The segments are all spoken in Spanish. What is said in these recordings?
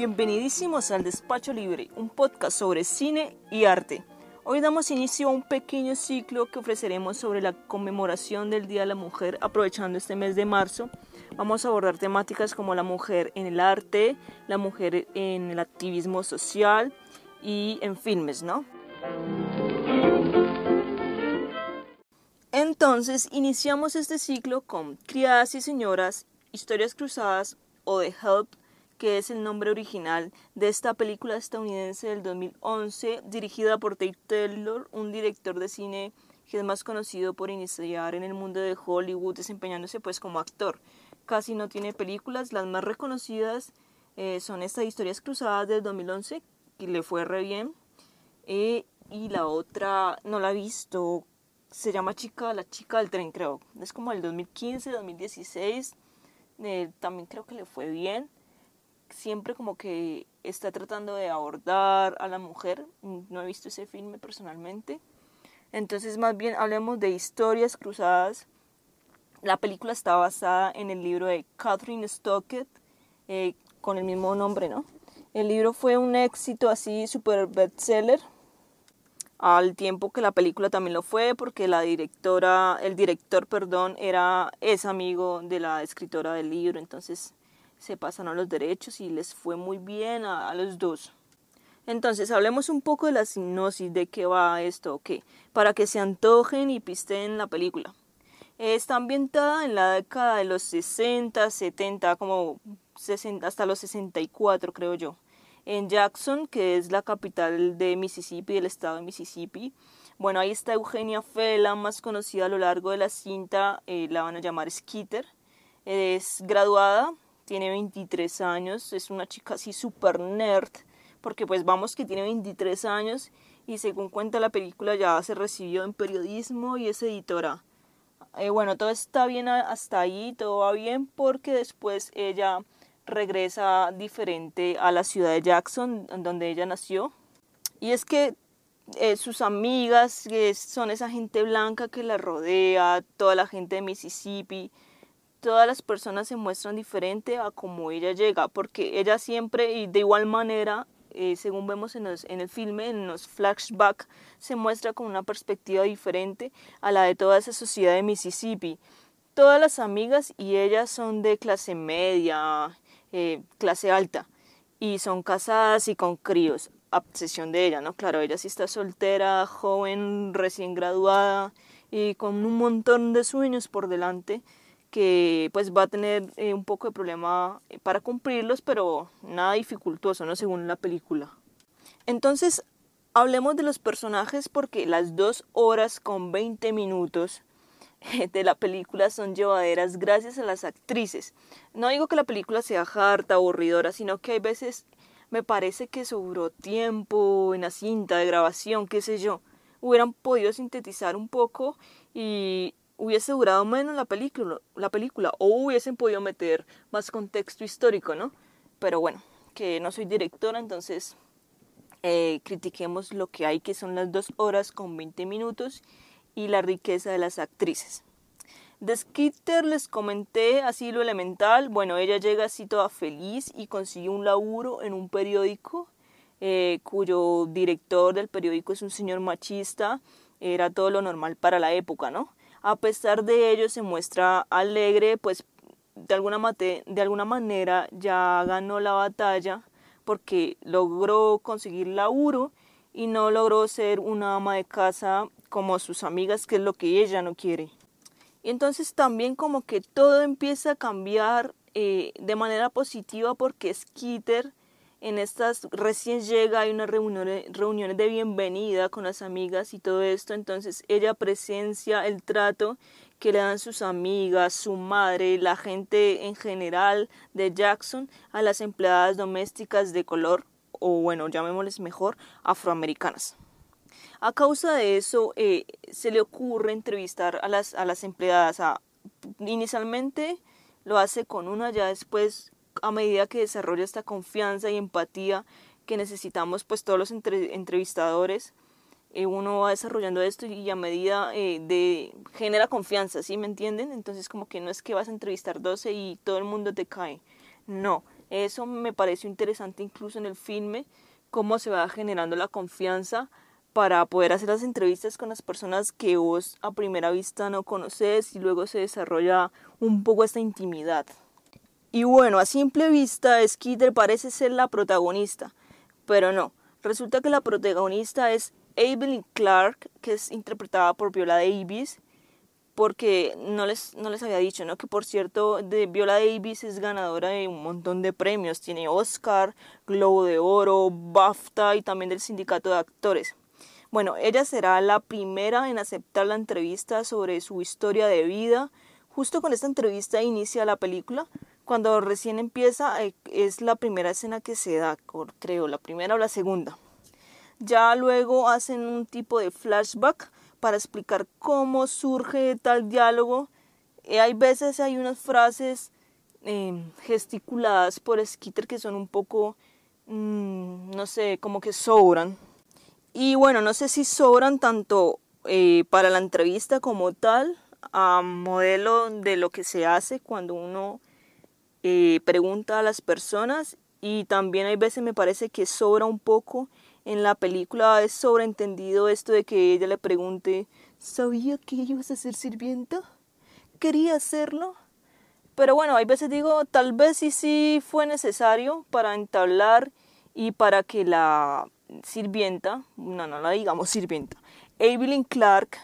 Bienvenidísimos al Despacho Libre, un podcast sobre cine y arte. Hoy damos inicio a un pequeño ciclo que ofreceremos sobre la conmemoración del Día de la Mujer, aprovechando este mes de marzo. Vamos a abordar temáticas como la mujer en el arte, la mujer en el activismo social y en filmes, ¿no? Entonces, iniciamos este ciclo con Criadas y Señoras, Historias Cruzadas o The Help, que es el nombre original de esta película estadounidense del 2011, dirigida por Tate Taylor, un director de cine que es más conocido por iniciar en el mundo de Hollywood, desempeñándose pues como actor. Casi no tiene películas, las más reconocidas son estas Historias Cruzadas del 2011, que le fue re bien, y la otra no la he visto, se llama La chica del tren, creo, es como el 2015, 2016, también creo que le fue bien. Siempre como que está tratando de abordar a la mujer. No he visto ese filme personalmente. Entonces más bien hablemos de Historias Cruzadas. La película está basada en el libro de Kathryn Stockett, con el mismo nombre, ¿no? El libro fue un éxito así, super bestseller, al tiempo que la película también lo fue, porque el director, es amigo de la escritora del libro, entonces se pasaron los derechos y les fue muy bien a los dos. Entonces, hablemos un poco de la sinopsis, de qué va esto, para que se antojen y pisten la película. Está ambientada en la década de los 60, 70, como 60, hasta los 64, creo yo, en Jackson, que es la capital de Mississippi, del estado de Mississippi. Bueno, ahí está Eugenia Fela, más conocida a lo largo de la cinta, la van a llamar Skeeter. Es graduada, tiene 23 años, es una chica así super nerd, porque pues vamos que tiene 23 años y según cuenta la película ya se recibió en periodismo y es editora. Bueno, todo está bien hasta ahí, todo va bien porque después ella regresa diferente a la ciudad de Jackson, donde ella nació. Y es que sus amigas, que son esa gente blanca que la rodea, toda la gente de Mississippi, todas las personas se muestran diferente a como ella llega, porque ella siempre y de igual manera, según vemos en el filme, en los flashbacks, se muestra con una perspectiva diferente a la de toda esa sociedad de Mississippi. Todas las amigas y ella son de clase media, clase alta, y son casadas y con críos, a excepción de ella, ¿no? Claro, ella sí está soltera, joven, recién graduada y con un montón de sueños por delante, que pues va a tener un poco de problema para cumplirlos, pero nada dificultoso, ¿no? Según la película. Entonces, hablemos de los personajes porque las 2 horas con 20 minutos de la película son llevaderas gracias a las actrices. No digo que la película sea harta, aburridora, sino que hay veces me parece que sobró tiempo en la cinta de grabación, qué sé yo. Hubieran podido sintetizar un poco y hubiese durado menos la película o hubiesen podido meter más contexto histórico, ¿no? Pero bueno, que no soy directora, entonces critiquemos lo que hay, que son las 2 horas con 20 minutos y la riqueza de las actrices. De Skeeter les comenté así lo elemental. Bueno, ella llega así toda feliz y consigue un laburo en un periódico, cuyo director del periódico es un señor machista. Era todo lo normal para la época, ¿no? A pesar de ello se muestra alegre, pues de alguna manera ya ganó la batalla porque logró conseguir laburo y no logró ser una ama de casa como sus amigas, que es lo que ella no quiere. Y entonces también como que todo empieza a cambiar de manera positiva porque Skeeter en estas recién llega, hay unas reuniones de bienvenida con las amigas y todo esto, entonces ella presencia el trato que le dan sus amigas, su madre, la gente en general de Jackson a las empleadas domésticas de color, o bueno, llamémosles mejor, afroamericanas. A causa de eso, se le ocurre entrevistar a las empleadas. Inicialmente lo hace con una, ya después, a medida que desarrolla esta confianza y empatía que necesitamos pues todos los entrevistadores, uno va desarrollando esto y a medida genera confianza, ¿sí me entienden? Entonces como que no es que vas a entrevistar 12 y todo el mundo te cae. No, Eso me pareció interesante incluso en el filme, cómo se va generando la confianza para poder hacer las entrevistas con las personas que vos a primera vista no conoces y luego se desarrolla un poco esta intimidad. Y bueno, a simple vista Skeeter parece ser la protagonista, pero no. Resulta que la protagonista es Evelyn Clark, que es interpretada por Viola Davis, porque no les había dicho, ¿no? Que por cierto, Viola Davis es ganadora de un montón de premios. Tiene Oscar, Globo de Oro, BAFTA y también del Sindicato de Actores. Bueno, ella será la primera en aceptar la entrevista sobre su historia de vida. Justo con esta entrevista inicia la película. Cuando recién empieza, es la primera escena que se da, creo, la primera o la segunda. Ya luego hacen un tipo de flashback para explicar cómo surge tal diálogo. Hay veces hay unas frases gesticuladas por Skeeter que son un poco, no sé, como que sobran. Y bueno, no sé si sobran tanto para la entrevista como tal, a modelo de lo que se hace cuando uno pregunta a las personas, y también hay veces me parece que sobra un poco en la película. Es sobreentendido esto de que ella le pregunte, ¿sabía que ibas a ser sirvienta? ¿Quería hacerlo? Pero bueno, hay veces digo, tal vez sí fue necesario para entablar y para que la sirvienta, no la digamos sirvienta, Evelyn Clark,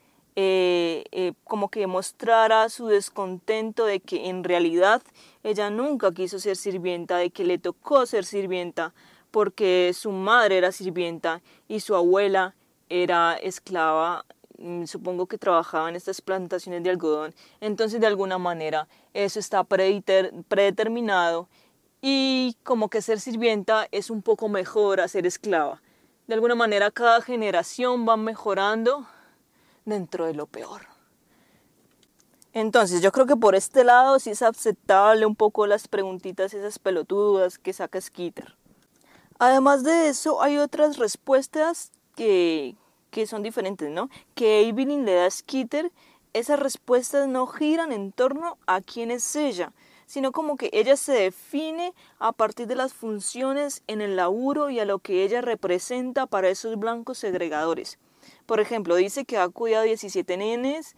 como que mostrara su descontento de que en realidad ella nunca quiso ser sirvienta, de que le tocó ser sirvienta porque su madre era sirvienta y su abuela era esclava. Supongo que trabajaba en estas plantaciones de algodón. Entonces de alguna manera eso está predeterminado, y como que ser sirvienta es un poco mejor a ser esclava. De alguna manera cada generación va mejorando dentro de lo peor. Entonces yo creo que por este lado sí es aceptable un poco las preguntitas esas pelotudas que saca Skeeter. Además de eso hay otras respuestas que son diferentes, ¿no? Que Evelyn le da a Skeeter. Esas respuestas no giran en torno a quién es ella, sino como que ella se define a partir de las funciones en el laburo y a lo que ella representa para esos blancos segregadores. Por ejemplo, dice que ha cuidado 17 nenes,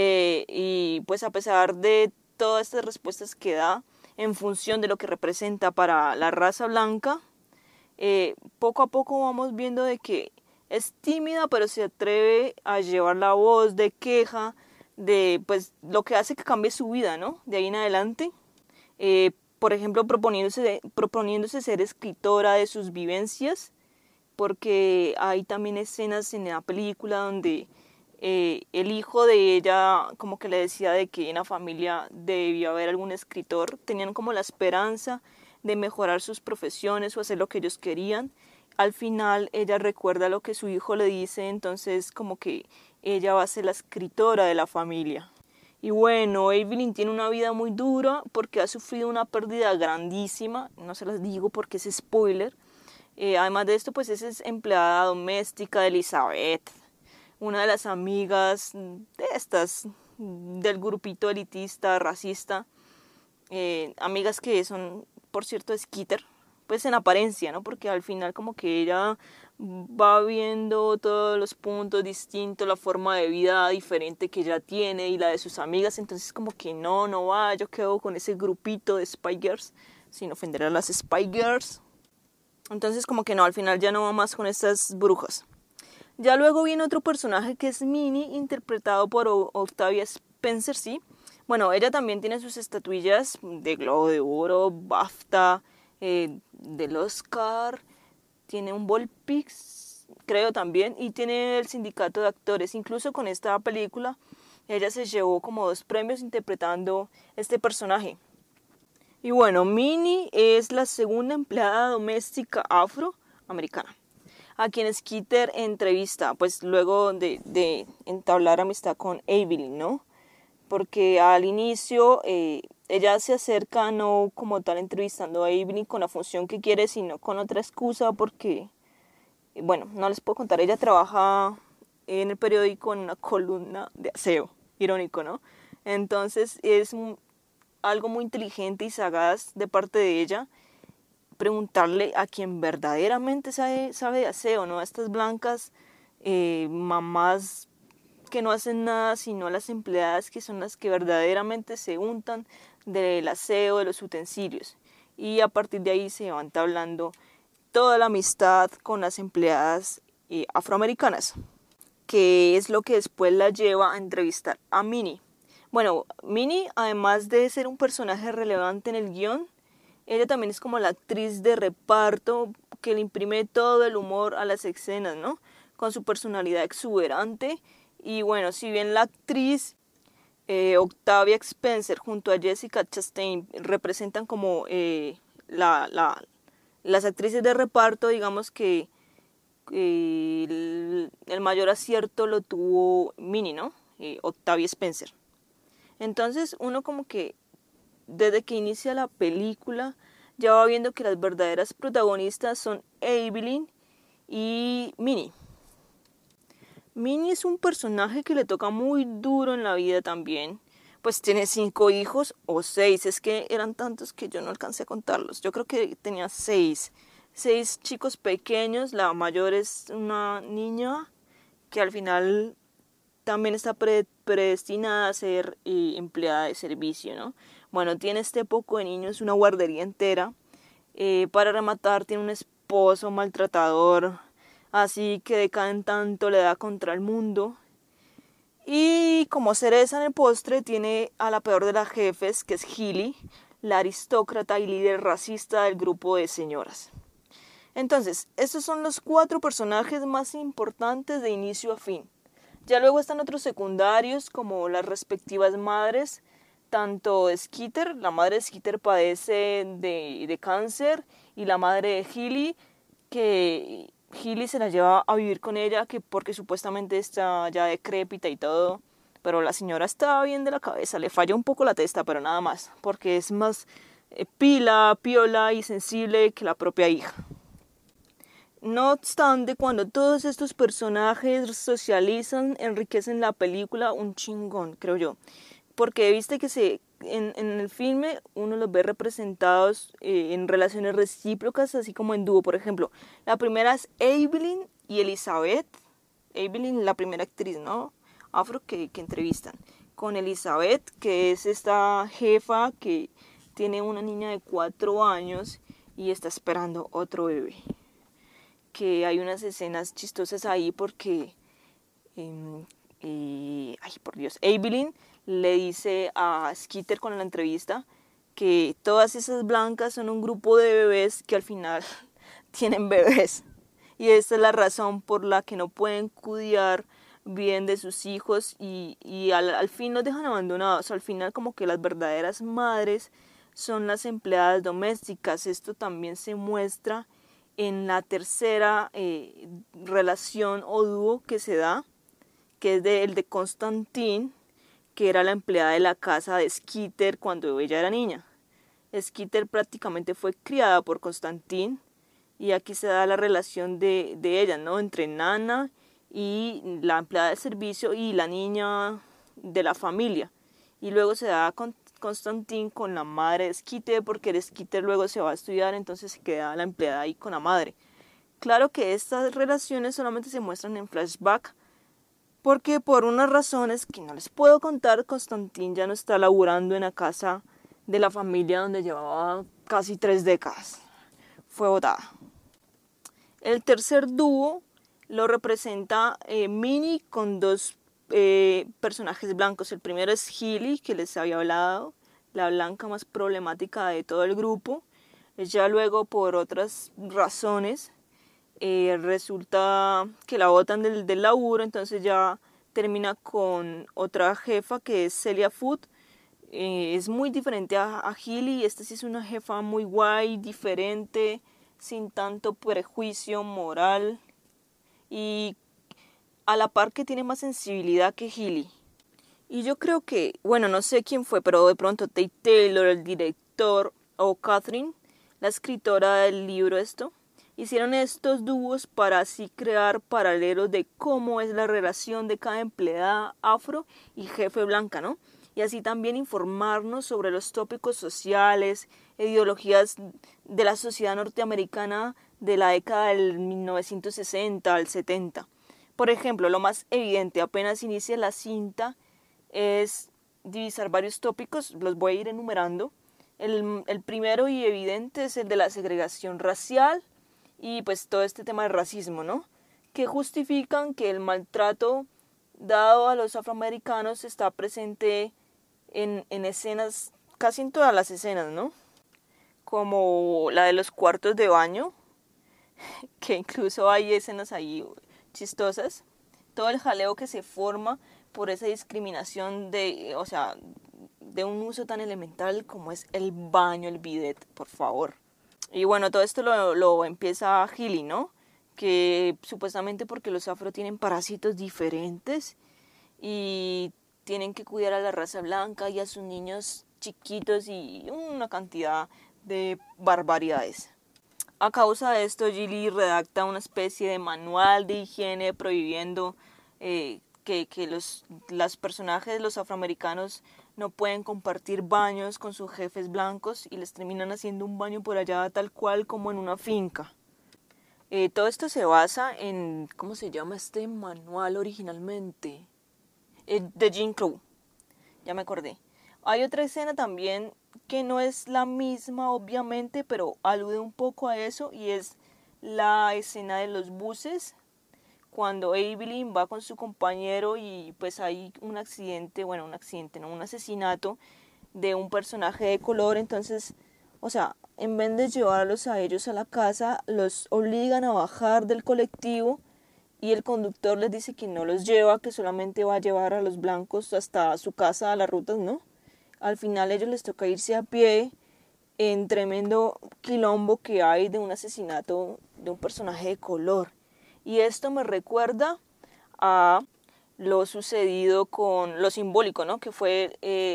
y pues a pesar de todas estas respuestas que da en función de lo que representa para la raza blanca, poco a poco vamos viendo de que es tímida, pero se atreve a llevar la voz de queja, de pues lo que hace que cambie su vida, ¿no? De ahí en adelante. Por ejemplo, proponiéndose ser escritora de sus vivencias, porque hay también escenas en la película donde el hijo de ella como que le decía de que en la familia debía haber algún escritor. Tenían como la esperanza de mejorar sus profesiones o hacer lo que ellos querían. Al final ella recuerda lo que su hijo le dice, entonces como que ella va a ser la escritora de la familia. Y bueno, Evelyn tiene una vida muy dura porque ha sufrido una pérdida grandísima, no se las digo porque es spoiler. Además de esto, pues es empleada doméstica de Elizabeth, una de las amigas de estas, del grupito elitista, racista, amigas que son, por cierto, Skeeter, pues en apariencia, ¿no? Porque al final como que ella va viendo todos los puntos distintos, la forma de vida diferente que ella tiene y la de sus amigas, entonces como que no va, yo quedo con ese grupito de Spy Girls, sin ofender a las Spy Girls. Entonces como que no, al final ya no va más con estas brujas. Ya luego viene otro personaje que es Minnie, interpretado por Octavia Spencer, ¿sí? Bueno, ella también tiene sus estatuillas de Globo de Oro, BAFTA, del Oscar, tiene un Volpix, creo también, y tiene el Sindicato de Actores. Incluso con esta película, ella se llevó como 2 premios interpretando este personaje. Y bueno, Minnie es la segunda empleada doméstica afroamericana a quien Skeeter entrevista, pues luego de entablar amistad con Evelyn, ¿no? Porque al inicio ella se acerca no como tal entrevistando a Evelyn con la función que quiere, sino con otra excusa porque, bueno, no les puedo contar, ella trabaja en el periódico en una columna de aseo, irónico, ¿no? Entonces es algo muy inteligente y sagaz de parte de ella, preguntarle a quien verdaderamente sabe de aseo, no a estas blancas mamás que no hacen nada, sino a las empleadas que son las que verdaderamente se untan del aseo, de los utensilios. Y a partir de ahí se van entablando toda la amistad con las empleadas afroamericanas, que es lo que después la lleva a entrevistar a Minnie. Bueno, Minnie, además de ser un personaje relevante en el guión, ella también es como la actriz de reparto que le imprime todo el humor a las escenas, ¿no? Con su personalidad exuberante. Y bueno, si bien la actriz Octavia Spencer junto a Jessica Chastain representan como las actrices de reparto, digamos que el mayor acierto lo tuvo Minnie, ¿no? Octavia Spencer. Entonces uno como que desde que inicia la película ya va viendo que las verdaderas protagonistas son Evelyn y Minnie. Minnie es un personaje que le toca muy duro en la vida también. Pues tiene 5 hijos o 6, es que eran tantos que yo no alcancé a contarlos. Yo creo que tenía 6 chicos pequeños. La mayor es una niña que al final también está predestinada a ser empleada de servicio, ¿no? Bueno, tiene este poco de niños, una guardería entera. Para rematar, tiene un esposo maltratador, así que de cada en tanto le da contra el mundo. Y como cereza en el postre tiene a la peor de las jefes, que es Hilly, la aristócrata y líder racista del grupo de señoras. Entonces, estos son los 4 personajes más importantes de inicio a fin. Ya luego están otros secundarios como las respectivas madres, tanto Skeeter, la madre de Skeeter padece de cáncer, y la madre de Hilly, que Hilly se la lleva a vivir con ella porque supuestamente está ya decrépita y todo, pero la señora está bien de la cabeza, le falla un poco la testa, pero nada más, porque es más piola y sensible que la propia hija. No obstante, cuando todos estos personajes socializan, enriquecen la película un chingón, creo yo. Porque viste que en el filme uno los ve representados en relaciones recíprocas, así como en dúo. Por ejemplo, la primera es Evelyn y Elizabeth. Evelyn, la primera actriz, ¿no? Afro que entrevistan. Con Elizabeth, que es esta jefa que tiene una niña de 4 años y está esperando otro bebé. Que hay unas escenas chistosas ahí porque, ay por Dios, Evelyn le dice a Skeeter con la entrevista que todas esas blancas son un grupo de bebés que al final tienen bebés. Y esta es la razón por la que no pueden cuidar bien de sus hijos y al fin los dejan abandonados. Al final como que las verdaderas madres son las empleadas domésticas. Esto también se muestra en la tercera relación o dúo que se da, que es el de Constantine, que era la empleada de la casa de Skeeter cuando ella era niña. Skeeter prácticamente fue criada por Constantine y aquí se da la relación de ella, ¿no? Entre Nana y la empleada de servicio y la niña de la familia. Y luego se da Constantine con la madre de Skeeter, porque el Skeeter luego se va a estudiar, entonces se queda la empleada ahí con la madre. Claro que estas relaciones solamente se muestran en flashback, porque por unas razones que no les puedo contar, Constantine ya no está laburando en la casa de la familia donde llevaba casi 3 décadas. Fue botada. El tercer dúo lo representa Minnie con 2 personajes blancos. El primero es Hilly, que les había hablado, la blanca más problemática de todo el grupo. Ya luego, por otras razones, resulta que la botan del laburo, entonces ya termina con otra jefa que es Celia Food. Es muy diferente a Hilly. Esta sí es una jefa muy guay, diferente, sin tanto prejuicio moral y a la par que tiene más sensibilidad que Hilly. Y yo creo que, bueno, no sé quién fue, pero de pronto Tate Taylor, el director, o Catherine, la escritora del libro hicieron estos dúos para así crear paralelos de cómo es la relación de cada empleada afro y jefe blanca, ¿no? y así también informarnos sobre los tópicos sociales e ideologías de la sociedad norteamericana de la década del 1960 al 70. Por ejemplo, lo más evidente apenas inicia la cinta es divisar varios tópicos, los voy a ir enumerando. El primero y evidente es el de la segregación racial y pues todo este tema del racismo, ¿no? Que justifican que el maltrato dado a los afroamericanos está presente en escenas, casi en todas las escenas, ¿no? Como la de los cuartos de baño, que incluso hay escenas ahí chistosas. Todo el jaleo que se forma por esa discriminación de, o sea, de un uso tan elemental como es el baño, el bidet, por favor. Y bueno, todo esto lo empieza Healy, ¿no? Que supuestamente porque los afro tienen parásitos diferentes y tienen que cuidar a la raza blanca y a sus niños chiquitos y una cantidad de barbaridades. A causa de esto, Gilly redacta una especie de manual de higiene prohibiendo que los personajes, los afroamericanos, no pueden compartir baños con sus jefes blancos y les terminan haciendo un baño por allá tal cual como en una finca. Todo esto se basa en, ¿cómo se llama este manual originalmente? De Jim Crow, ya me acordé. Hay otra escena también que no es la misma obviamente, pero alude un poco a eso y es la escena de los buses cuando Evelyn va con su compañero y pues hay un accidente, bueno, un asesinato de un personaje de color, entonces, o sea, en vez de llevarlos a ellos a la casa, los obligan a bajar del colectivo y el conductor les dice que no los lleva, que solamente va a llevar a los blancos hasta su casa, a las rutas, ¿no? Al final a ellos les toca irse a pie en tremendo quilombo que hay de un asesinato de un personaje de color. Y esto me recuerda a lo sucedido con lo simbólico, ¿no? Que fue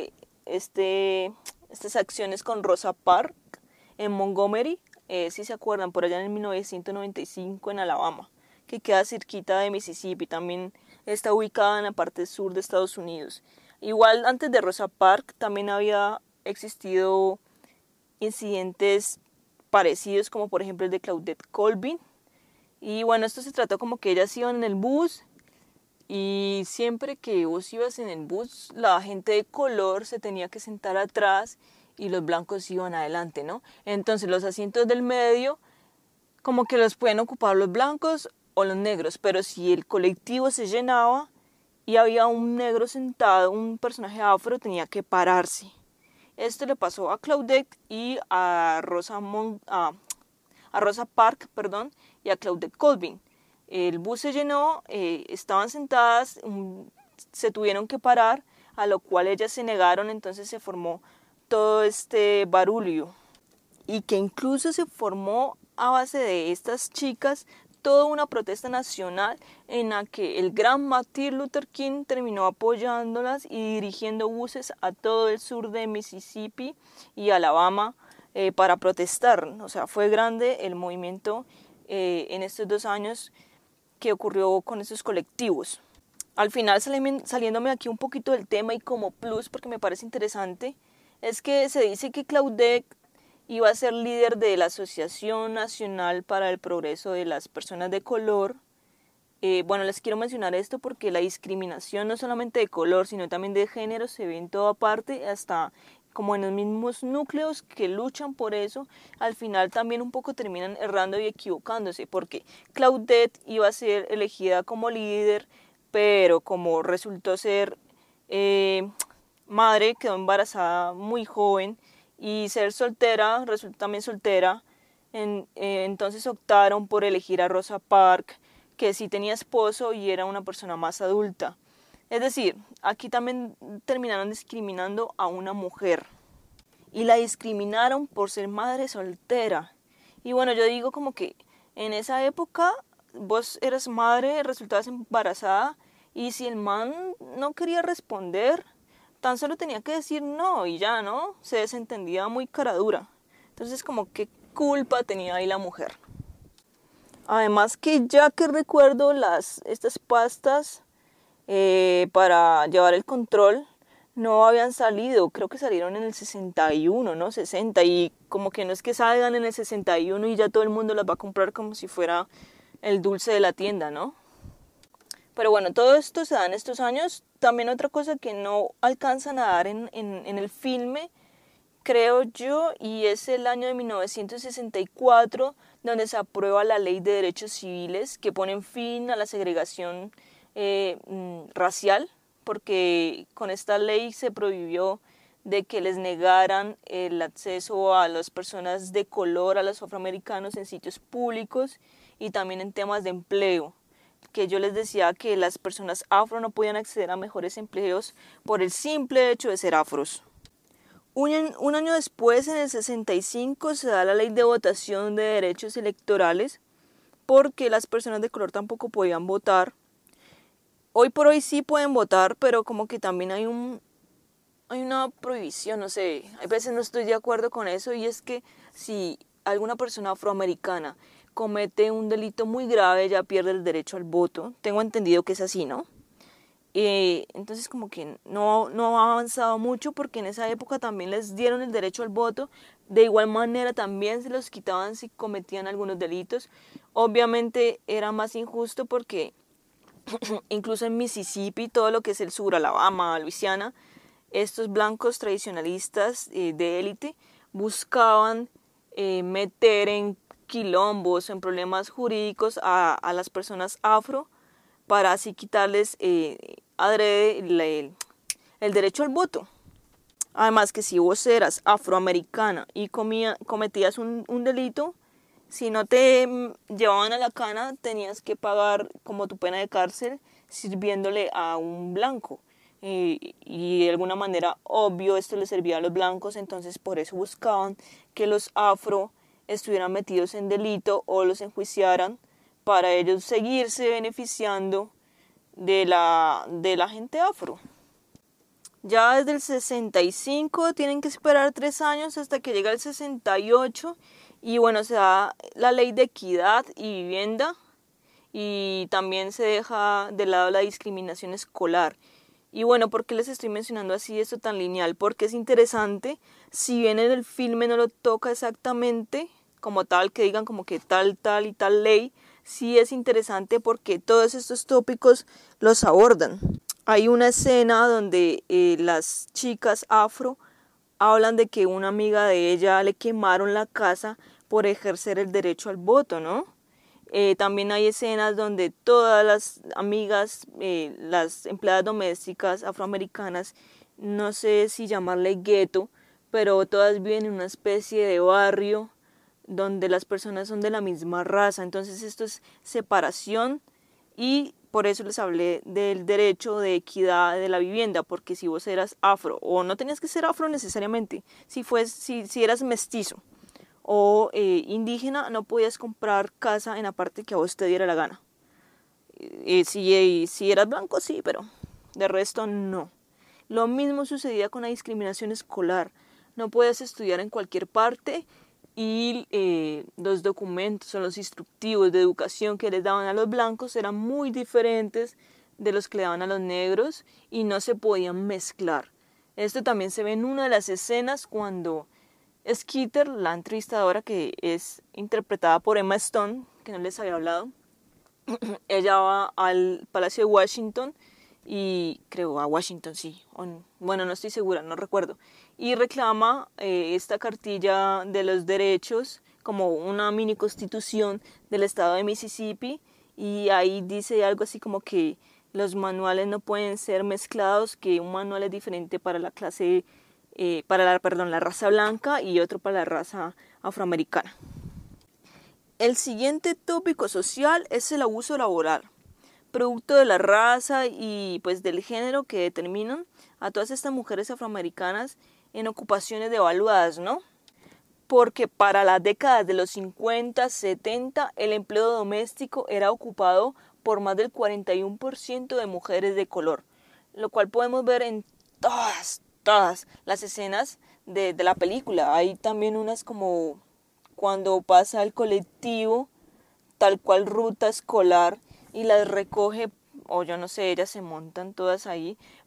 estas acciones con Rosa Parks en Montgomery, si se acuerdan, por allá en 1995 en Alabama, que queda cerquita de Mississippi, también está ubicada en la parte sur de Estados Unidos. Igual antes de Rosa Parks también había existido incidentes parecidos, como por ejemplo el de Claudette Colvin. Y bueno, esto se trató como que ellas iban en el bus y siempre que vos ibas en el bus, la gente de color se tenía que sentar atrás y los blancos iban adelante, ¿no? Entonces los asientos del medio como que los pueden ocupar los blancos o los negros, pero si el colectivo se llenaba y había un negro sentado, un personaje afro, tenía que pararse. Esto le pasó a Claudette y a Rosa Parks, y a Claudette Colvin. El bus se llenó, estaban sentadas, se tuvieron que parar, a lo cual ellas se negaron, entonces se formó todo este barullo. Y que incluso se formó a base de estas chicas toda una protesta nacional en la que el gran Martin Luther King terminó apoyándolas y dirigiendo buses a todo el sur de Mississippi y Alabama para protestar. O sea, fue grande el movimiento en estos 2 años que ocurrió con esos colectivos. Al final, saliéndome aquí un poquito del tema y como plus, porque me parece interesante, es que se dice que Claudette iba a ser líder de la Asociación Nacional para el Progreso de las Personas de Color. Bueno, les quiero mencionar esto porque la discriminación no solamente de color, sino también de género se ve en toda parte, hasta como en los mismos núcleos que luchan por eso, al final también un poco terminan errando y equivocándose, porque Claudette iba a ser elegida como líder, pero como resultó ser madre, quedó embarazada muy joven, y ser soltera, resulta también soltera, entonces optaron por elegir a Rosa Parks, que sí tenía esposo y era una persona más adulta. Es decir, aquí también terminaron discriminando a una mujer. Y la discriminaron por ser madre soltera. Y bueno, yo digo como que en esa época vos eras madre, resultabas embarazada, y si el man no quería responder, tan solo tenía que decir no y ya, ¿no? Se desentendía muy cara dura. Entonces, como qué culpa tenía ahí la mujer. Además que ya que recuerdo estas pastas para llevar el control, no habían salido, creo que salieron en el 61, ¿no? 60, y como que no es que salgan en el 61 y ya todo el mundo las va a comprar como si fuera el dulce de la tienda, ¿no? Pero bueno, todo esto se da en estos años. También otra cosa que no alcanzan a dar en el filme, creo yo, y es el año de 1964, donde se aprueba la Ley de Derechos Civiles que ponen fin a la segregación racial, porque con esta ley se prohibió de que les negaran el acceso a las personas de color, a los afroamericanos en sitios públicos y también en temas de empleo, que yo les decía que las personas afro no podían acceder a mejores empleos por el simple hecho de ser afros. Un año después, en el 65, se da la ley de votación de derechos electorales porque las personas de color tampoco podían votar. Hoy por hoy sí pueden votar, pero como que también hay una prohibición, no sé, hay veces no estoy de acuerdo con eso, y es que si alguna persona afroamericana comete un delito muy grave, ya pierde el derecho al voto. Tengo entendido que es así, ¿no? Entonces como que no ha avanzado mucho, porque en esa época también les dieron el derecho al voto, de igual manera también se los quitaban si cometían algunos delitos. Obviamente era más injusto porque incluso en Mississippi, todo lo que es el sur, Alabama, Luisiana, estos blancos tradicionalistas de élite buscaban meter en quilombos, en problemas jurídicos a las personas afro, para así quitarles adrede el derecho al voto. Además que si vos eras afroamericana y cometías un delito, si no te llevaban a la cana, tenías que pagar como tu pena de cárcel sirviéndole a un blanco. Y de alguna manera, obvio, esto le servía a los blancos, entonces por eso buscaban que los afro estuvieran metidos en delito o los enjuiciaran, para ellos seguirse beneficiando de la gente afro. Ya desde el 65 tienen que esperar 3 años hasta que llega el 68, y bueno, se da la ley de equidad y vivienda, y también se deja de lado la discriminación escolar. Y bueno, ¿por qué les estoy mencionando así esto tan lineal? Porque es interesante, si bien en el filme no lo toca exactamente como tal, que digan como que tal y tal ley, sí es interesante porque todos estos tópicos los abordan. Hay una escena donde las chicas afro hablan de que una amiga de ella le quemaron la casa por ejercer el derecho al voto, ¿no? También hay escenas donde todas las amigas, las empleadas domésticas afroamericanas, no sé si llamarle gueto, pero todas viven en una especie de barrio donde las personas son de la misma raza. Entonces esto es separación, y por eso les hablé del derecho de equidad de la vivienda, porque si vos eras afro, o no tenías que ser afro necesariamente, si eras mestizo o indígena, no podías comprar casa en la parte que a vos te diera la gana. Si eras blanco, sí, pero de resto no. Lo mismo sucedía con la discriminación escolar. No puedes estudiar en cualquier parte, y los documentos o los instructivos de educación que les daban a los blancos eran muy diferentes de los que le daban a los negros, y no se podían mezclar. Esto también se ve en una de las escenas cuando Skeeter, la entrevistadora, que es interpretada por Emma Stone, que no les había hablado, ella va al Palacio de Washington, y creo a Washington, sí, bueno, no estoy segura, no recuerdo, y reclama esta cartilla de los derechos como una mini constitución del estado de Mississippi, y ahí dice algo así como que los manuales no pueden ser mezclados, que un manual es diferente para la clase, la raza blanca, y otro para la raza afroamericana. El siguiente tópico social es el abuso laboral, producto de la raza y pues del género, que determinan a todas estas mujeres afroamericanas en ocupaciones devaluadas, ¿no? Porque para las décadas de los 50, 70, el empleo doméstico era ocupado por más del 41% de mujeres de color, lo cual podemos ver en todas las escenas de la película. Hay también unas como cuando pasa el colectivo, tal cual ruta escolar, y las recoge, o yo no sé, ellas se montan todas ahí,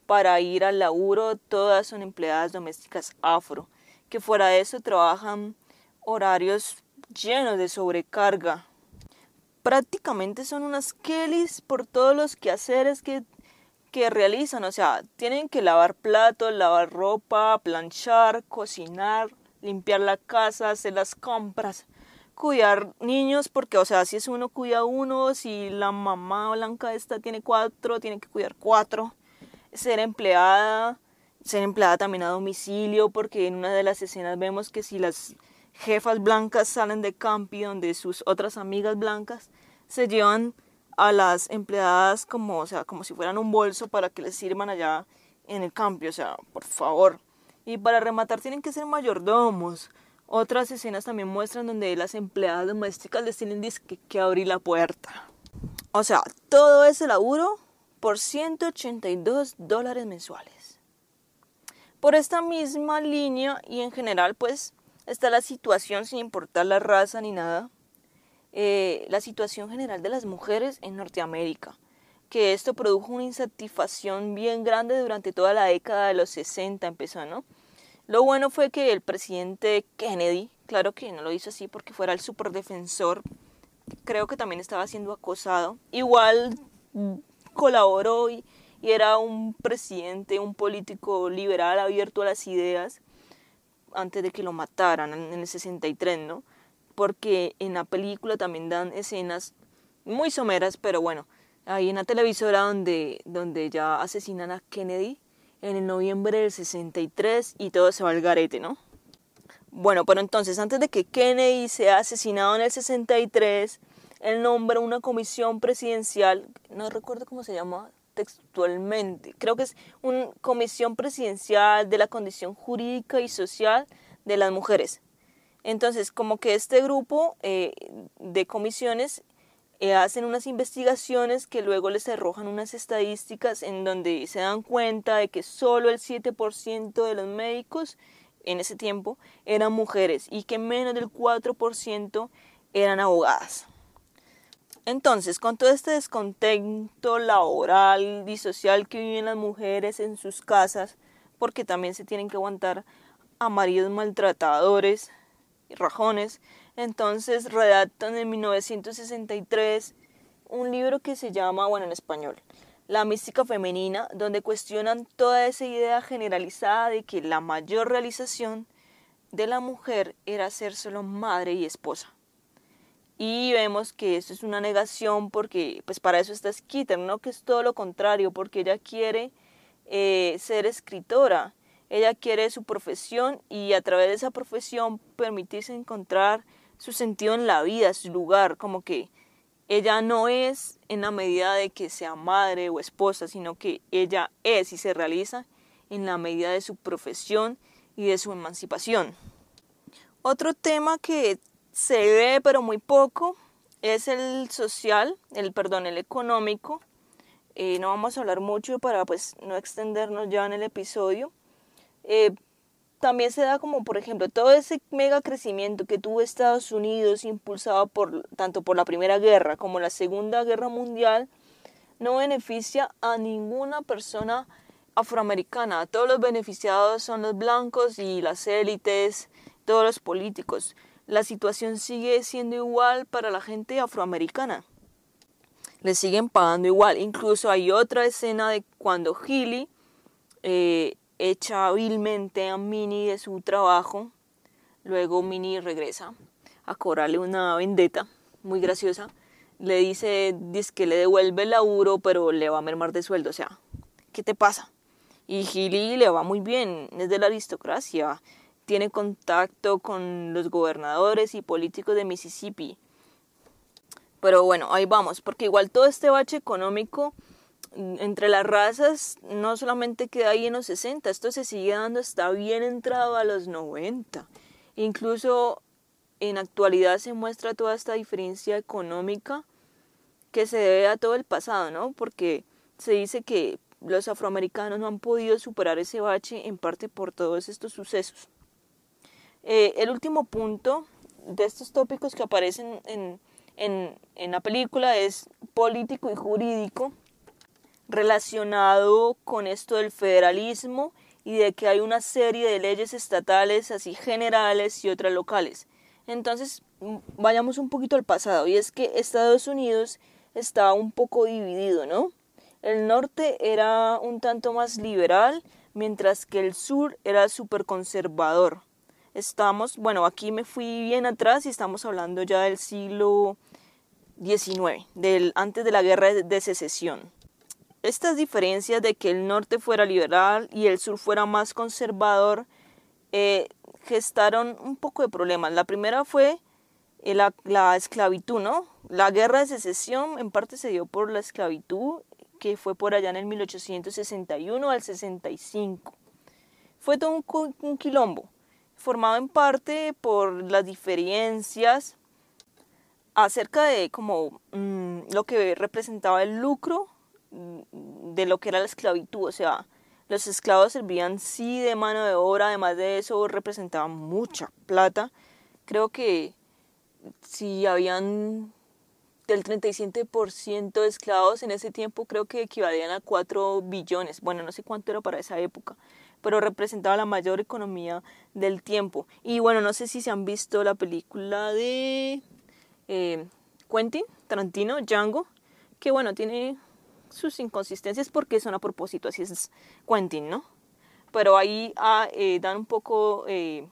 para ir al laburo, todas son empleadas domésticas afro, que fuera de eso trabajan horarios llenos de sobrecarga. Prácticamente son unas Kellys por todos los quehaceres que realizan, o sea, tienen que lavar platos, lavar ropa, planchar, cocinar, limpiar la casa, hacer las compras, cuidar niños, porque, o sea, si es uno, cuida uno, si la mamá blanca esta tiene 4, tiene que cuidar 4, ser empleada también a domicilio, porque en una de las escenas vemos que si las jefas blancas salen de campi donde sus otras amigas blancas se llevan a las empleadas como, o sea, como si fueran un bolso para que les sirvan allá en el campo, o sea, por favor. Y para rematar tienen que ser mayordomos. Otras escenas también muestran donde las empleadas domésticas les tienen que abrir la puerta. O sea, todo ese laburo por $182 mensuales. Por esta misma línea y en general pues está la situación sin importar la raza ni nada. La situación general de las mujeres en Norteamérica, que esto produjo una insatisfacción bien grande durante toda la década de los 60 empezó, ¿no? Lo bueno fue que el presidente Kennedy, claro que no lo hizo así porque fuera el superdefensor, creo que también estaba siendo acosado, igual colaboró y era un presidente, un político liberal abierto a las ideas antes de que lo mataran en el 63, ¿no? Porque en la película también dan escenas muy someras, pero bueno, ahí en la televisora donde ya asesinan a Kennedy en el noviembre del 63 y todo se va al garete, ¿no? Bueno, pero entonces antes de que Kennedy sea asesinado en el 63, él nombra una comisión presidencial, no recuerdo cómo se llama textualmente, creo que es una comisión presidencial de la condición jurídica y social de las mujeres. Entonces, como que este grupo de comisiones hacen unas investigaciones que luego les arrojan unas estadísticas en donde se dan cuenta de que solo el 7% de los médicos en ese tiempo eran mujeres y que menos del 4% eran abogadas. Entonces, con todo este descontento laboral y social que viven las mujeres en sus casas, porque también se tienen que aguantar a maridos maltratadores, rajones, entonces redactan en 1963 un libro que se llama, bueno, en español, La mística femenina, donde cuestionan toda esa idea generalizada de que la mayor realización de la mujer era ser solo madre y esposa. Y vemos que eso es una negación porque pues para eso está Skeeter, ¿no? Que es todo lo contrario, porque ella quiere ser escritora. Ella quiere su profesión y a través de esa profesión permitirse encontrar su sentido en la vida, su lugar, como que ella no es en la medida de que sea madre o esposa, sino que ella es y se realiza en la medida de su profesión y de su emancipación. Otro tema que se ve pero muy poco es el social, el económico. No vamos a hablar mucho para pues no extendernos ya en el episodio. También se da como, por ejemplo, todo ese mega crecimiento que tuvo Estados Unidos, impulsado tanto por la Primera Guerra como la Segunda Guerra Mundial, no beneficia a ninguna persona afroamericana. Todos los beneficiados son los blancos y las élites, todos los políticos. La situación sigue siendo igual para la gente afroamericana. Les siguen pagando igual. Incluso hay otra escena de cuando Healy echa vilmente a Minnie de su trabajo. Luego Minnie regresa a cobrarle una vendetta muy graciosa. Le dice que le devuelve el laburo, pero le va a mermar de sueldo. O sea, ¿qué te pasa? Y Healy le va muy bien, es de la aristocracia. Tiene contacto con los gobernadores y políticos de Mississippi. Pero bueno, ahí vamos, porque igual todo este bache económico entre las razas no solamente queda ahí en los 60, esto se sigue dando hasta bien entrado a los 90. Incluso en actualidad se muestra toda esta diferencia económica que se debe a todo el pasado, ¿no? Porque se dice que los afroamericanos no han podido superar ese bache en parte por todos estos sucesos. El último punto de estos tópicos que aparecen en la película es político y jurídico. relacionado con esto del federalismo y de que hay una serie de leyes estatales así generales y otras locales. Entonces, vayamos un poquito al pasado, y es que Estados Unidos estaba un poco dividido, ¿no? El norte era un tanto más liberal, mientras que el sur era súper conservador. Aquí me fui bien atrás y estamos hablando ya del siglo XIX, antes de la guerra de secesión. Estas diferencias de que el norte fuera liberal y el sur fuera más conservador gestaron un poco de problemas. La primera fue la esclavitud, ¿no? La guerra de secesión en parte se dio por la esclavitud, que fue por allá en el 1861 al 65. Fue todo un quilombo, formado en parte por las diferencias acerca de lo que representaba el lucro de lo que era la esclavitud. O sea, los esclavos servían sí de mano de obra, además de eso representaban mucha plata. Creo que si habían del 37% de esclavos en ese tiempo, creo que equivalían a 4 billones. Bueno, no sé cuánto era para esa época, pero representaba la mayor economía del tiempo. Y bueno, no sé si se han visto la película de Quentin Tarantino, Django, que bueno, tiene sus inconsistencias porque son a propósito, así es Quentin, ¿no? Pero ahí dan un poco de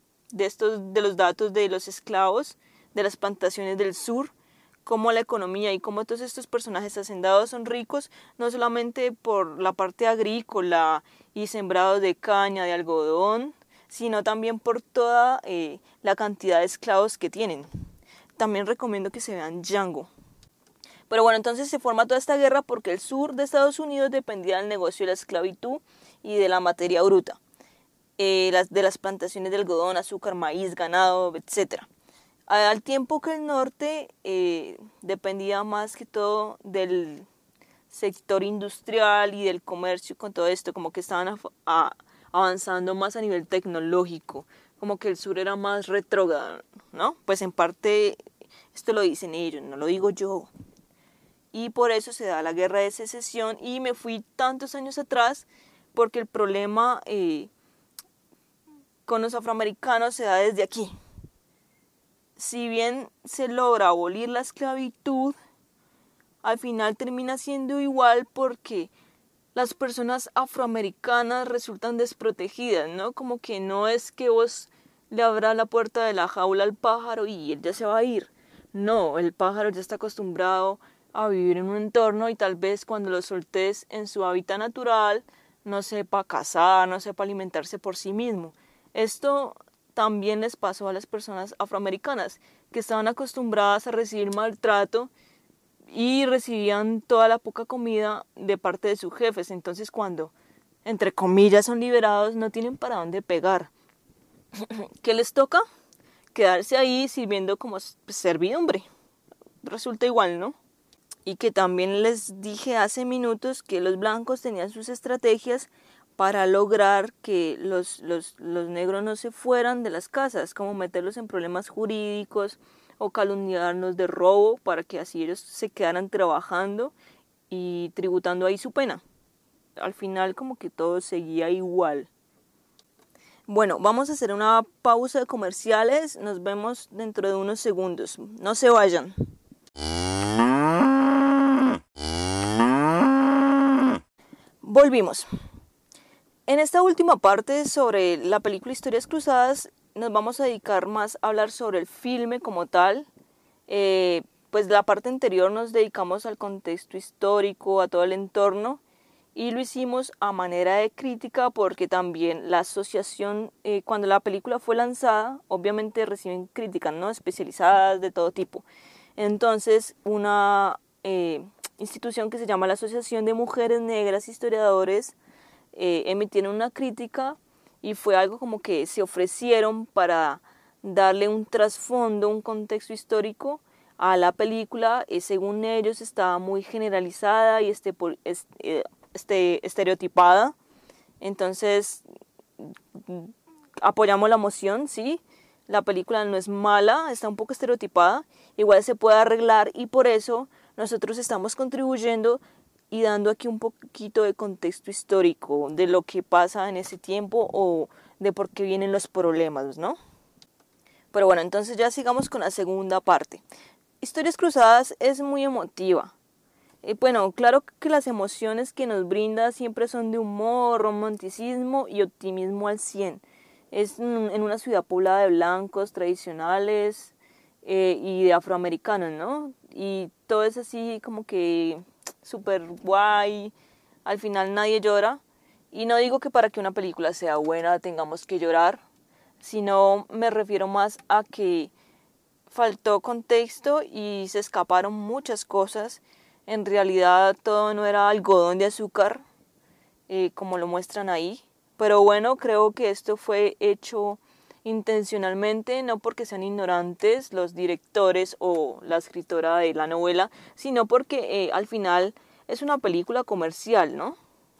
los datos de los esclavos, de las plantaciones del sur, cómo la economía y cómo todos estos personajes hacendados son ricos, no solamente por la parte agrícola y sembrados de caña, de algodón, sino también por toda la cantidad de esclavos que tienen. También recomiendo que se vean Django. Pero bueno, entonces se forma toda esta guerra porque el sur de Estados Unidos dependía del negocio de la esclavitud y de la materia bruta, de las plantaciones de algodón, azúcar, maíz, ganado, etc. Al tiempo que el norte dependía más que todo del sector industrial y del comercio con todo esto, como que estaban avanzando más a nivel tecnológico, como que el sur era más retrógrado, ¿no? Pues en parte esto lo dicen ellos, no lo digo yo. Y por eso se da la guerra de secesión, y me fui tantos años atrás porque el problema con los afroamericanos se da desde aquí. Si bien se logra abolir la esclavitud, al final termina siendo igual porque las personas afroamericanas resultan desprotegidas, ¿no? Como que no es que vos le abras la puerta de la jaula al pájaro y él ya se va a ir. No, el pájaro ya está acostumbrado a vivir en un entorno, y tal vez cuando lo soltés en su hábitat natural no sepa cazar, no sepa alimentarse por sí mismo. Esto también les pasó a las personas afroamericanas, que estaban acostumbradas a recibir maltrato y recibían toda la poca comida de parte de sus jefes. Entonces cuando, entre comillas, son liberados, no tienen para dónde pegar. ¿Qué les toca? Quedarse ahí sirviendo como servidumbre. Resulta igual, ¿no? Y que también les dije hace minutos que los blancos tenían sus estrategias para lograr que los negros no se fueran de las casas, como meterlos en problemas jurídicos o calumniarnos de robo, para que así ellos se quedaran trabajando y tributando ahí su pena. Al final como que todo seguía igual. Bueno, vamos a hacer una pausa de comerciales, nos vemos dentro de unos segundos, no se vayan. Volvimos. En esta última parte sobre la película Historias Cruzadas nos vamos a dedicar más a hablar sobre el filme como tal. Pues la parte anterior nos dedicamos al contexto histórico, a todo el entorno, y lo hicimos a manera de crítica porque también la asociación, cuando la película fue lanzada, obviamente reciben críticas, ¿no? Especializadas de todo tipo. Entonces una institución que se llama la Asociación de Mujeres Negras Historiadores emitieron una crítica, y fue algo como que se ofrecieron para darle un trasfondo, un contexto histórico a la película. Según ellos estaba muy generalizada y estereotipada. Entonces apoyamos la moción, sí. La película no es mala, está un poco estereotipada, igual se puede arreglar, y por eso nosotros estamos contribuyendo y dando aquí un poquito de contexto histórico de lo que pasa en ese tiempo o de por qué vienen los problemas, ¿no? Pero bueno, entonces ya sigamos con la segunda parte. Historias Cruzadas es muy emotiva. Bueno, claro que las emociones que nos brinda siempre son de humor, romanticismo y optimismo al 100. Es en una ciudad poblada de blancos tradicionales y de afroamericanos, ¿no? Y todo es así como que súper guay. Al final nadie llora. Y no digo que para que una película sea buena tengamos que llorar, sino me refiero más a que faltó contexto y se escaparon muchas cosas. En realidad todo no era algodón de azúcar, como lo muestran ahí. Pero bueno, creo que esto fue hecho intencionalmente, no porque sean ignorantes los directores o la escritora de la novela, sino porque al final es una película comercial, ¿no?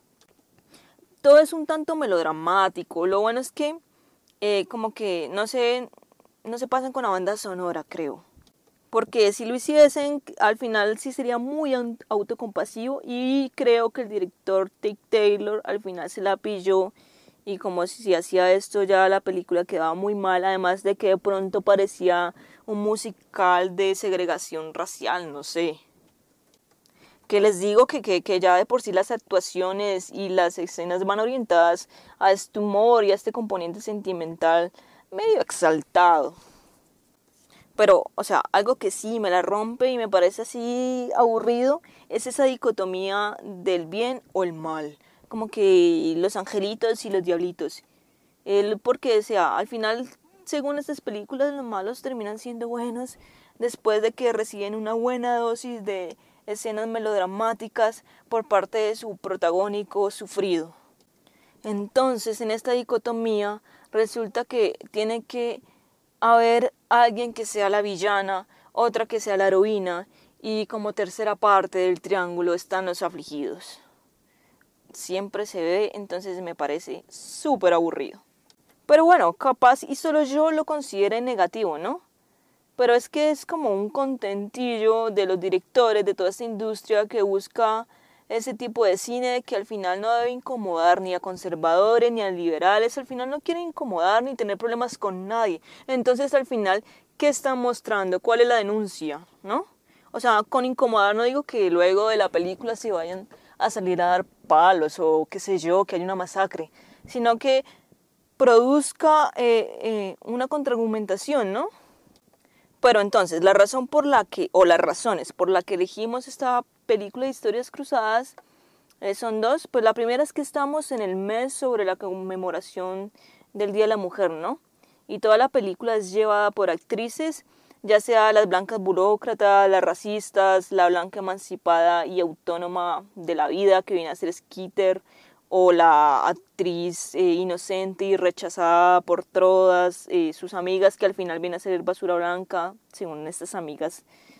Todo es un tanto melodramático. Lo bueno es que como que no se pasan con la banda sonora, creo. Porque si lo hiciesen, al final sí sería muy autocompasivo y creo que el director Tate Taylor al final se la pilló y como si hacía esto ya la película quedaba muy mal, además de que de pronto parecía un musical de segregación racial, no sé. Que les digo que ya de por sí las actuaciones y las escenas van orientadas a este humor y a este componente sentimental medio exaltado. Pero, o sea, algo que sí me la rompe y me parece así aburrido es esa dicotomía del bien o el mal. Como que los angelitos y los diablitos. Porque, o sea, al final, según estas películas, los malos terminan siendo buenos después de que reciben una buena dosis de escenas melodramáticas por parte de su protagónico sufrido. Entonces, en esta dicotomía, resulta que tiene que haber alguien que sea la villana, otra que sea la heroína, y como tercera parte del triángulo están los afligidos. Siempre se ve, entonces me parece súper aburrido. Pero bueno, capaz y solo yo lo considero negativo, ¿no? Pero es que es como un contentillo de los directores de toda esta industria que busca ese tipo de cine que al final no debe incomodar ni a conservadores ni a liberales, al final no quiere incomodar ni tener problemas con nadie. Entonces al final, ¿qué están mostrando? ¿Cuál es la denuncia? ¿No? O sea, con incomodar no digo que luego de la película se vayan a salir a dar palos o qué sé yo, que haya una masacre, sino que produzca una contraargumentación, ¿no? Pero entonces, la razón por la que, o las razones por la que elegimos esta película de Historias Cruzadas son dos. Pues la primera es que estamos en el mes sobre la conmemoración del Día de la Mujer, ¿no? Y toda la película es llevada por actrices, ya sea las blancas burócratas, las racistas, la blanca emancipada y autónoma de la vida que viene a ser Skeeter, o la actriz inocente y rechazada por todas sus amigas que al final viene a ser basura blanca, según estas amigas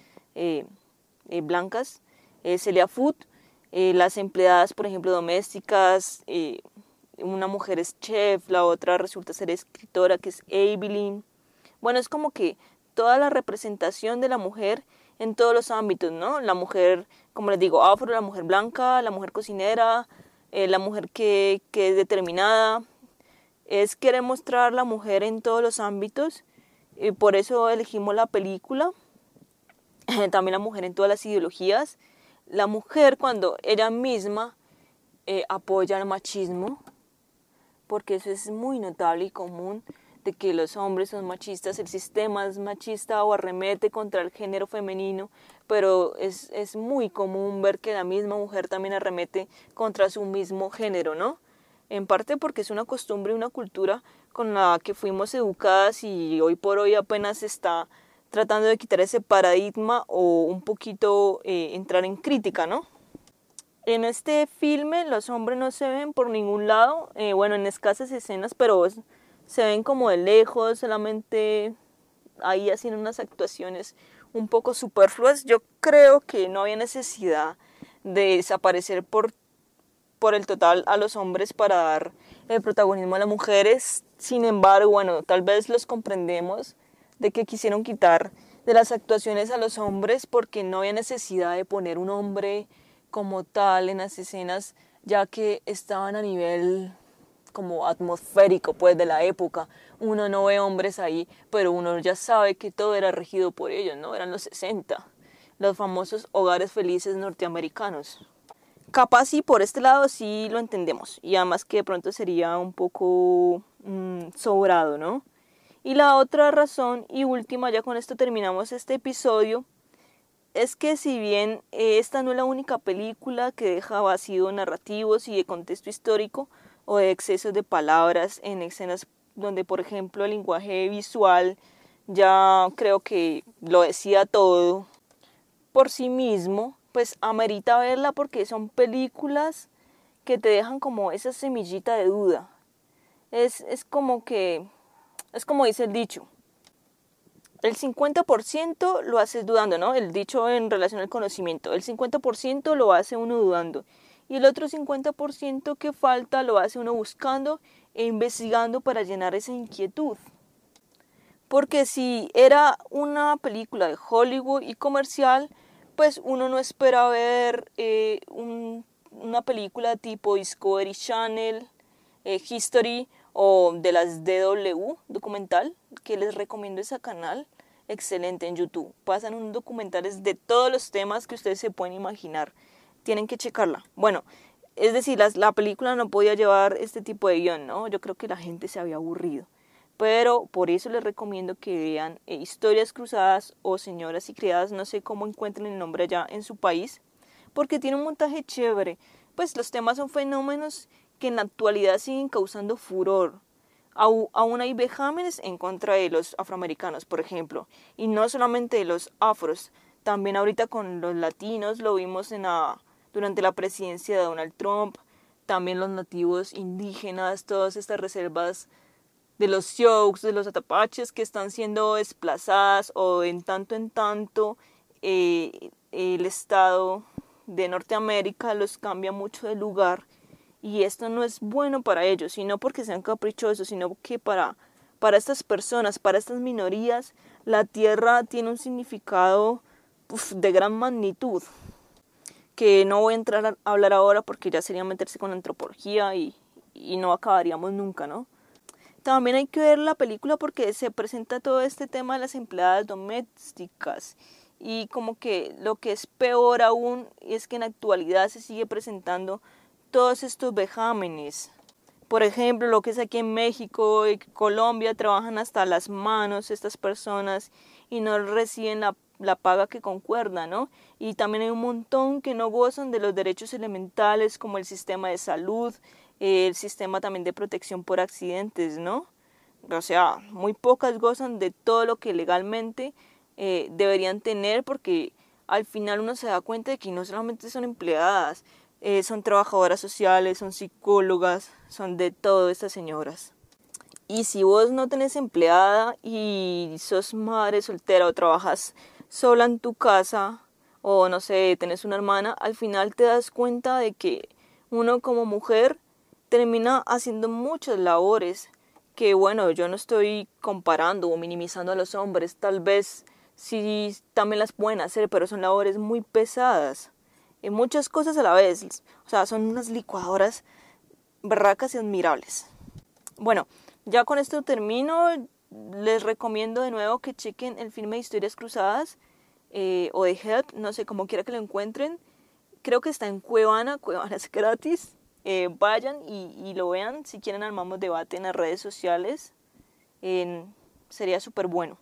blancas. Celia Foot, las empleadas, por ejemplo, domésticas, una mujer es chef, la otra resulta ser escritora, que es Evelyn. Bueno, es como que toda la representación de la mujer en todos los ámbitos, ¿no? La mujer, como les digo, afro, la mujer blanca, la mujer cocinera, la mujer que es determinada. Es querer mostrar la mujer en todos los ámbitos, y por eso elegimos la película. También la mujer en todas las ideologías. La mujer cuando ella misma apoya el machismo, porque eso es muy notable y común, de que los hombres son machistas, el sistema es machista o arremete contra el género femenino, pero es muy común ver que la misma mujer también arremete contra su mismo género, ¿no? En parte porque es una costumbre y una cultura con la que fuimos educadas y hoy por hoy apenas está tratando de quitar ese paradigma o un poquito entrar en crítica, ¿no? En este filme los hombres no se ven por ningún lado, bueno, en escasas escenas, pero se ven como de lejos, solamente ahí haciendo unas actuaciones un poco superfluas. Yo creo que no había necesidad de desaparecer por el total a los hombres para dar el protagonismo a las mujeres. Sin embargo, bueno, tal vez los comprendemos de que quisieron quitar de las actuaciones a los hombres porque no había necesidad de poner un hombre como tal en las escenas, ya que estaban a nivel como atmosférico pues de la época. Uno no ve hombres ahí, pero uno ya sabe que todo era regido por ellos, ¿no? Eran los 60, los famosos hogares felices norteamericanos. Capaz sí, por este lado sí lo entendemos, y además que de pronto sería un poco sobrado, ¿no? Y la otra razón y última, ya con esto terminamos este episodio, es que si bien esta no es la única película que deja vacíos narrativos y de contexto histórico o de excesos de palabras en escenas donde, por ejemplo, el lenguaje visual ya creo que lo decía todo por sí mismo, pues amerita verla porque son películas que te dejan como esa semillita de duda. Es como dice el dicho, el 50% lo haces dudando, ¿no? El dicho en relación al conocimiento, el 50% lo hace uno dudando y el otro 50% que falta lo hace uno buscando e investigando para llenar esa inquietud. Porque si era una película de Hollywood y comercial, pues uno no espera ver una película tipo Discovery Channel, History o de las DW documental, que les recomiendo ese canal, excelente en YouTube. Pasan unos documentales de todos los temas que ustedes se pueden imaginar. Tienen que checarla. Bueno, es decir, la película no podía llevar este tipo de guión, ¿no? Yo creo que la gente se había aburrido. Pero por eso les recomiendo que vean Historias Cruzadas o Señoras y Criadas, no sé cómo encuentren el nombre allá en su país, porque tiene un montaje chévere. Pues los temas son fenómenos que en la actualidad siguen causando furor. Aún hay vejámenes en contra de los afroamericanos, por ejemplo, y no solamente de los afros, también ahorita con los latinos, lo vimos durante la presidencia de Donald Trump, también los nativos indígenas, todas estas reservas de los Sioux, de los Atapaches que están siendo desplazadas o en tanto el estado de Norteamérica los cambia mucho de lugar y esto no es bueno para ellos, sino porque sean caprichosos, sino que para estas personas, para estas minorías, la tierra tiene un significado de gran magnitud que no voy a entrar a hablar ahora porque ya sería meterse con la antropología y no acabaríamos nunca, ¿no? También hay que ver la película porque se presenta todo este tema de las empleadas domésticas y como que lo que es peor aún es que en la actualidad se sigue presentando todos estos vejámenes. Por ejemplo, lo que es aquí en México y Colombia, trabajan hasta las manos estas personas y no reciben la paga que concuerda, ¿no? Y también hay un montón que no gozan de los derechos elementales como el sistema de salud, el sistema también de protección por accidentes, ¿no? O sea, muy pocas gozan de todo lo que legalmente deberían tener porque al final uno se da cuenta de que no solamente son empleadas, son trabajadoras sociales, son psicólogas, son de todo estas señoras. Y si vos no tenés empleada y sos madre soltera o trabajas sola en tu casa o no sé, tenés una hermana, al final te das cuenta de que uno como mujer termina haciendo muchas labores que bueno, yo no estoy comparando o minimizando a los hombres, tal vez sí también las pueden hacer, pero son labores muy pesadas, y muchas cosas a la vez, o sea, son unas licuadoras berracas y admirables. Bueno, ya con esto termino, les recomiendo de nuevo que chequen el filme de Historias Cruzadas o de Help, no sé, como quiera que lo encuentren, creo que está en Cuevana es gratis. Vayan y lo vean, si quieren armamos debate en las redes sociales, sería súper bueno.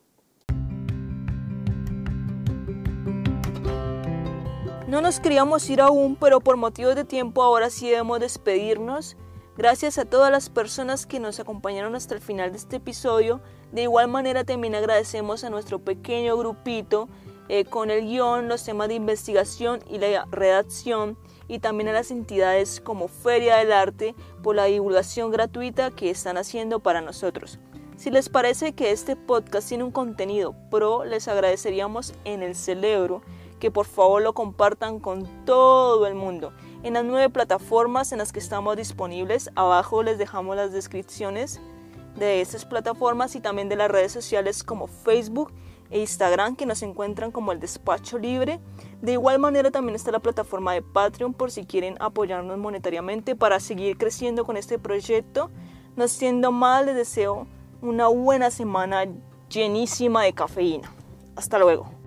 No nos queríamos ir aún, pero por motivos de tiempo ahora sí debemos despedirnos. Gracias a todas las personas que nos acompañaron hasta el final de este episodio. De igual manera también agradecemos a nuestro pequeño grupito con el guión, los temas de investigación y la redacción, y también a las entidades como Feria del Arte por la divulgación gratuita que están haciendo para nosotros. Si les parece que este podcast tiene un contenido pro, les agradeceríamos en el cerebro que por favor lo compartan con todo el mundo. En las 9 plataformas en las que estamos disponibles, abajo les dejamos las descripciones de estas plataformas y también de las redes sociales como Facebook e Instagram, que nos encuentran como El Despacho Libre. De igual manera también está la plataforma de Patreon por si quieren apoyarnos monetariamente para seguir creciendo con este proyecto. No siendo más, les deseo una buena semana llenísima de cafeína. Hasta luego.